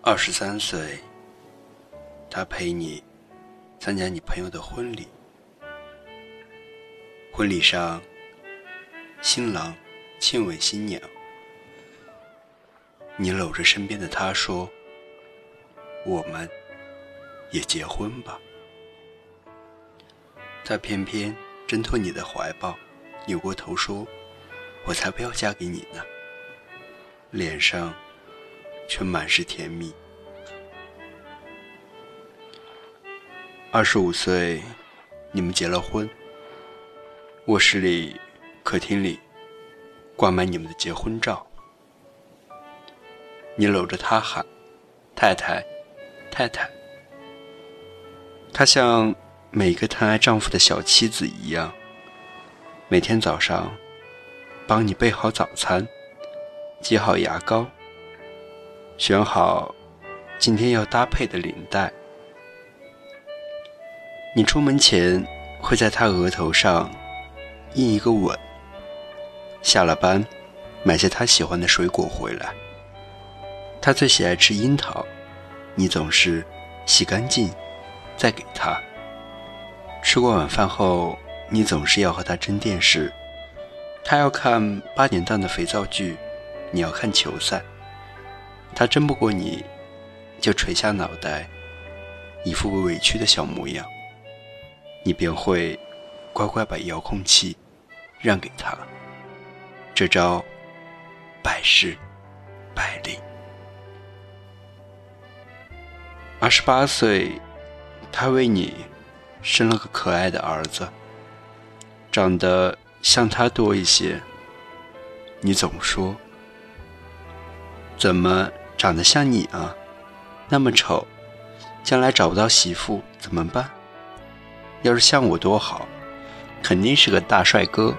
23岁，他陪你参加你朋友的婚礼。婚礼上，新郎亲吻新娘，你搂着身边的他说：“我们也结婚吧。”他偏偏挣脱你的怀抱，扭过头说：“我才不要嫁给你呢。”脸上却满是甜蜜。25岁，你们结了婚，卧室里、客厅里挂满你们的结婚照。你搂着她喊：“太太，太太。”她像每个疼爱丈夫的小妻子一样，每天早上帮你备好早餐，挤好牙膏，选好今天要搭配的领带。你出门前会在他额头上印一个吻，下了班买些他喜欢的水果回来。他最喜爱吃樱桃，你总是洗干净再给他。吃过晚饭后，你总是要和他争电视，他要看8点档的肥皂剧，你要看球赛。他争不过你，就垂下脑袋，一副委屈的小模样。你便会乖乖把遥控器让给他，这招百试百灵。28岁，他为你生了个可爱的儿子，长得像他多一些。你总说：“怎么长得像你啊？那么丑，将来找不到媳妇怎么办？要是像我多好，肯定是个大帅哥。”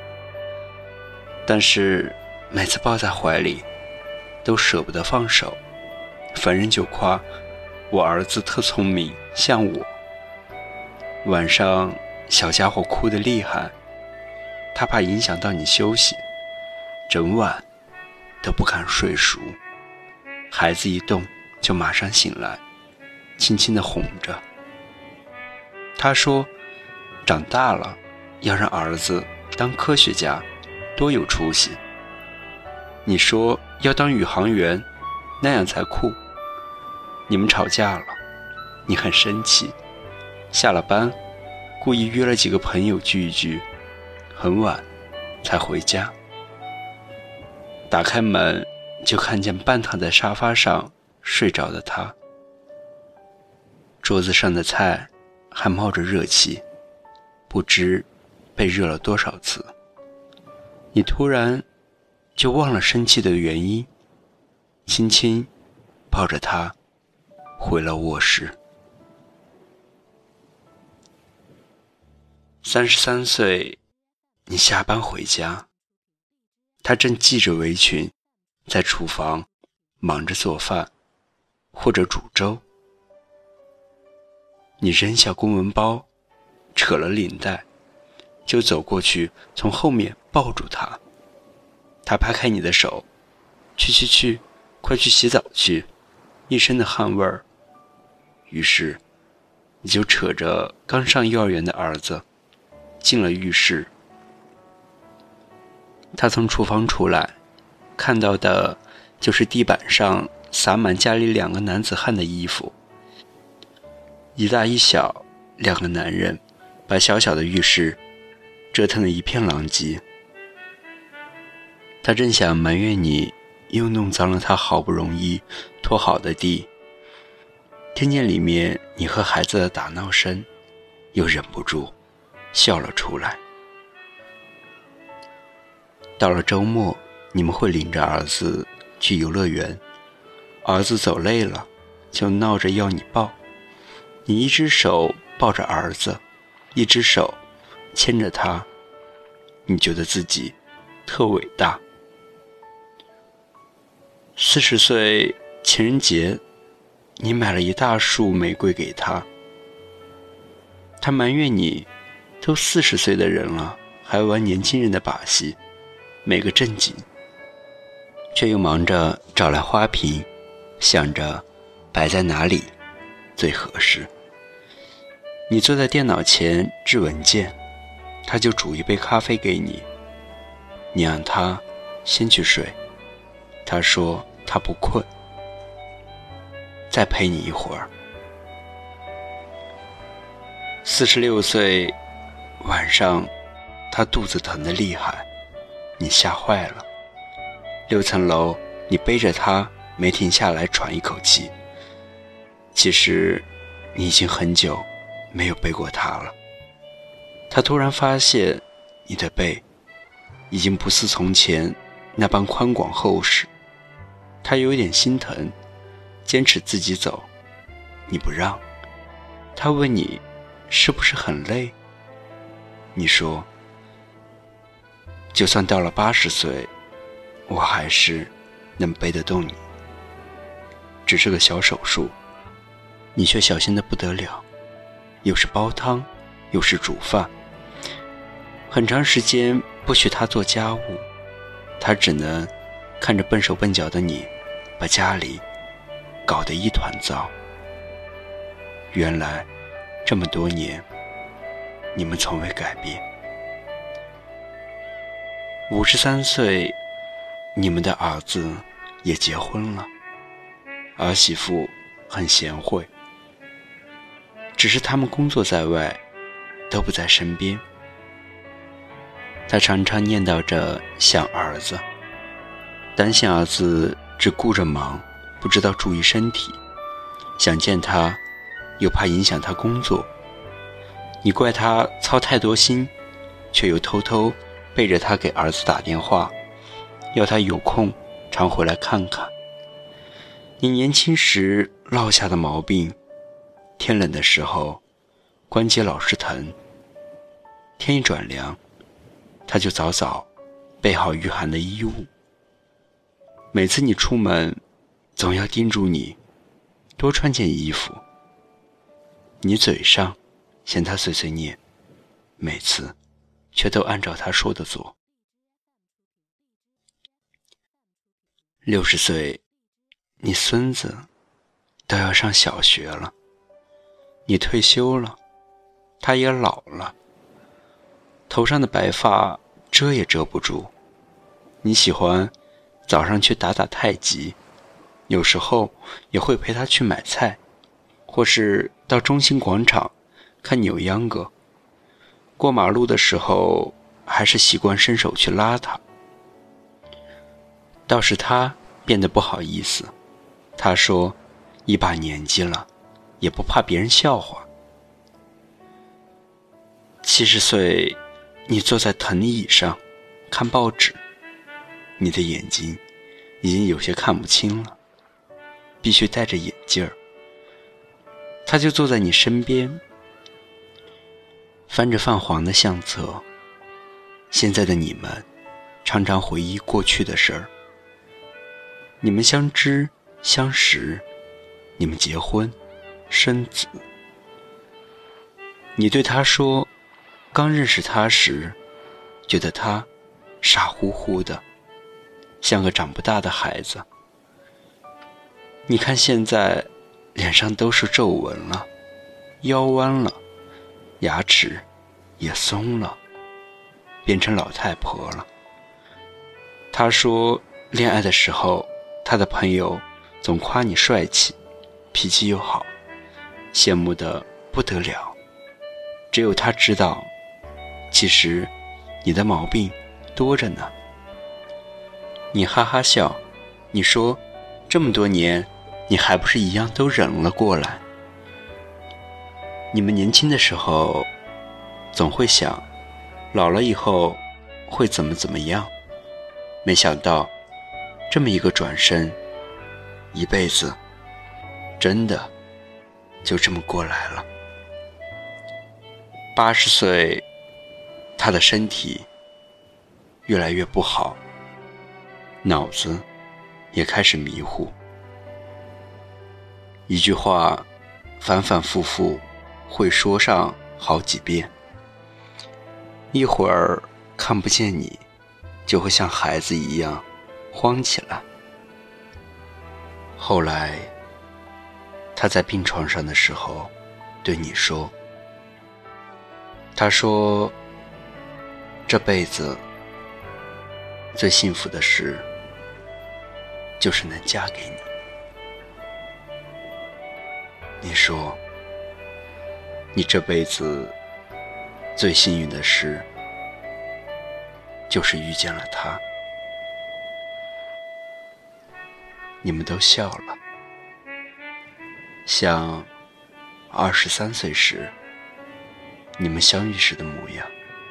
但是每次抱在怀里都舍不得放手，逢人就夸我儿子特聪明，像我。晚上小家伙哭得厉害，他怕影响到你休息，整晚都不敢睡熟。孩子一动就马上醒来，轻轻地哄着。他说长大了要让儿子当科学家，多有出息。你说要当宇航员，那样才酷。你们吵架了，你很生气，下了班故意约了几个朋友聚一聚，很晚才回家。打开门就看见半躺在沙发上睡着的他，桌子上的菜还冒着热气，不知被热了多少次。你突然就忘了生气的原因，轻轻抱着他回了卧室。33岁，你下班回家，他正系着围裙在厨房忙着做饭或者煮粥。你扔下公文包，扯了领带，就走过去，从后面抱住他。他拍开你的手：“去，快去洗澡去！”一身的汗味儿。于是你就扯着刚上幼儿园的儿子进了浴室。他从厨房出来，看到的就是地板上洒满家里2个男子汉的衣服。一大一小2个男人把小小的浴室折腾得一片狼藉。他正想埋怨你又弄脏了他好不容易拖好的地，听见里面你和孩子的打闹声，又忍不住笑了出来。到了周末，你们会领着儿子去游乐园，儿子走累了就闹着要你抱。你一只手抱着儿子，一只手牵着他，你觉得自己特伟大。40岁情人节，你买了一大束玫瑰给他，他埋怨你都40岁的人了，还玩年轻人的把戏，没个正经，却又忙着找来花瓶，想着摆在哪里最合适。你坐在电脑前治文件，他就煮一杯咖啡给你，你让他先去睡，他说他不困，再陪你一会儿。46岁晚上，他肚子疼得厉害，你吓坏了。6层楼，你背着他没停下来喘一口气。其实你已经很久没有背过他了。他突然发现你的背已经不似从前那般宽广厚实，他有点心疼，坚持自己走，你不让。他问你是不是很累，你说就算到了80岁，我还是能背得动你。只是个小手术，你却小心得不得了，又是煲汤，又是煮饭，很长时间不许他做家务，他只能看着笨手笨脚的你，把家里搞得一团糟。原来这么多年，你们从未改变。53岁，你们的儿子也结婚了，儿媳妇很贤惠，只是他们工作在外，都不在身边。他常常念叨着想儿子，担心儿子只顾着忙，不知道注意身体，想见他又怕影响他工作。你怪他操太多心，却又偷偷背着他给儿子打电话，要他有空常回来看看。你年轻时落下的毛病，天冷的时候关节老是疼，天一转凉，他就早早备好御寒的衣物。每次你出门，总要叮嘱你多穿件衣服。你嘴上嫌他碎碎念，每次却都按照他说的做。60岁，你孙子都要上小学了，你退休了，他也老了，头上的白发遮也遮不住。你喜欢早上去打打太极，有时候也会陪他去买菜，或是到中心广场看扭秧歌。过马路的时候还是习惯伸手去拉他。倒是他变得不好意思，他说一把年纪了，也不怕别人笑话。70岁，你坐在藤椅上看报纸，你的眼睛已经有些看不清了，必须戴着眼镜儿。他就坐在你身边，翻着泛黄的相册。现在的你们常常回忆过去的事儿，你们相知相识，你们结婚生子。你对他说，刚认识他时觉得他傻乎乎的，像个长不大的孩子。你看现在脸上都是皱纹了，腰弯了，牙齿也松了，变成老太婆了。他说恋爱的时候，他的朋友总夸你帅气，脾气又好，羡慕得不得了。只有他知道，其实你的毛病多着呢。你哈哈笑，你说这么多年你还不是一样都忍了过来。你们年轻的时候总会想老了以后会怎么样，没想到这么一个转身，一辈子真的就这么过来了。80岁，他的身体越来越不好，脑子也开始迷糊，一句话反反复复会说上好几遍，一会儿看不见你，就会像孩子一样慌起来。后来他在病床上的时候对你说，他说这辈子最幸福的事就是能嫁给你。你说你这辈子最幸运的事就是遇见了他。你们都笑了，像23岁时你们相遇时的模样。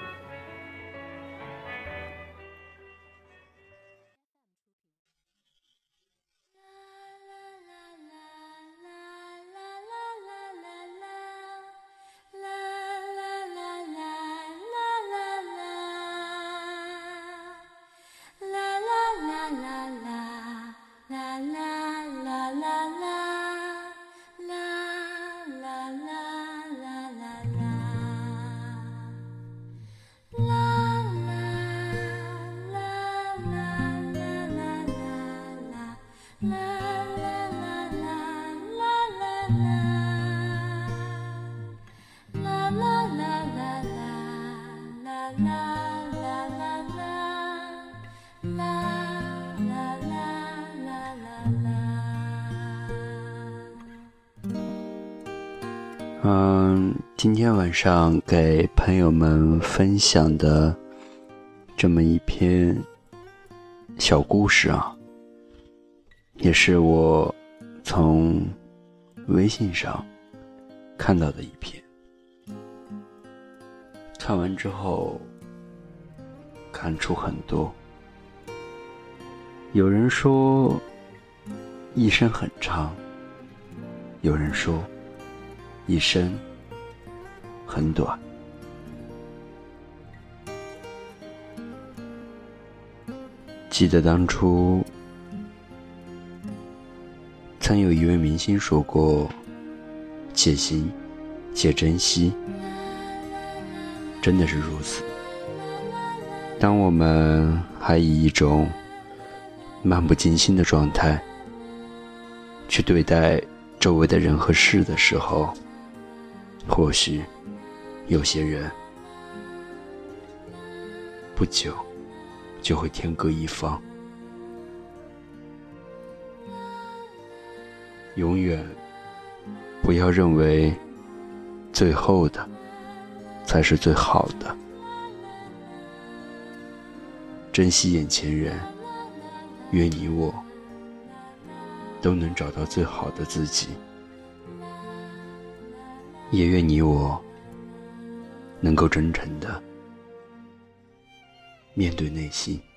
今天晚上给朋友们分享的这么一篇小故事啊，也是我从微信上看到的一篇。看完之后感触很多。有人说一生很长，有人说一生很短。记得当初曾有一位明星说过，且行且珍惜，真的是如此。当我们还以一种漫不经心的状态去对待周围的人和事的时候，或许有些人不久就会天各一方。永远不要认为最后的才是最好的，珍惜眼前人，愿你我都能找到最好的自己，也愿你我能够真诚的面对内心。